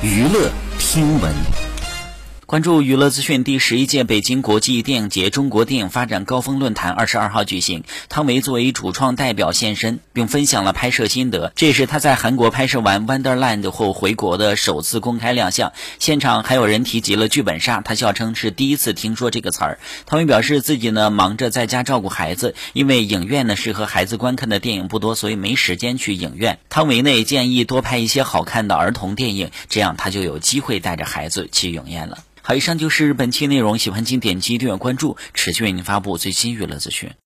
娱乐听闻。 关注娱乐资讯，第11届北京国际电影节中国电影发展高峰论坛22号举行，汤唯作为主创代表现身，并分享了拍摄心得。这也是他在韩国拍摄完 Wonderland 后回国的首次公开亮相。现场还有人提及了剧本杀，他笑称是第一次听说这个词儿。汤唯表示自己呢忙着在家照顾孩子，因为影院呢适合孩子观看的电影不多，所以没时间去影院。汤唯呢也建议多拍一些好看的儿童电影，这样他就有机会带着孩子去影院了。好，以上就是本期内容，喜欢请点击订阅关注，持续为您发布最新娱乐资讯。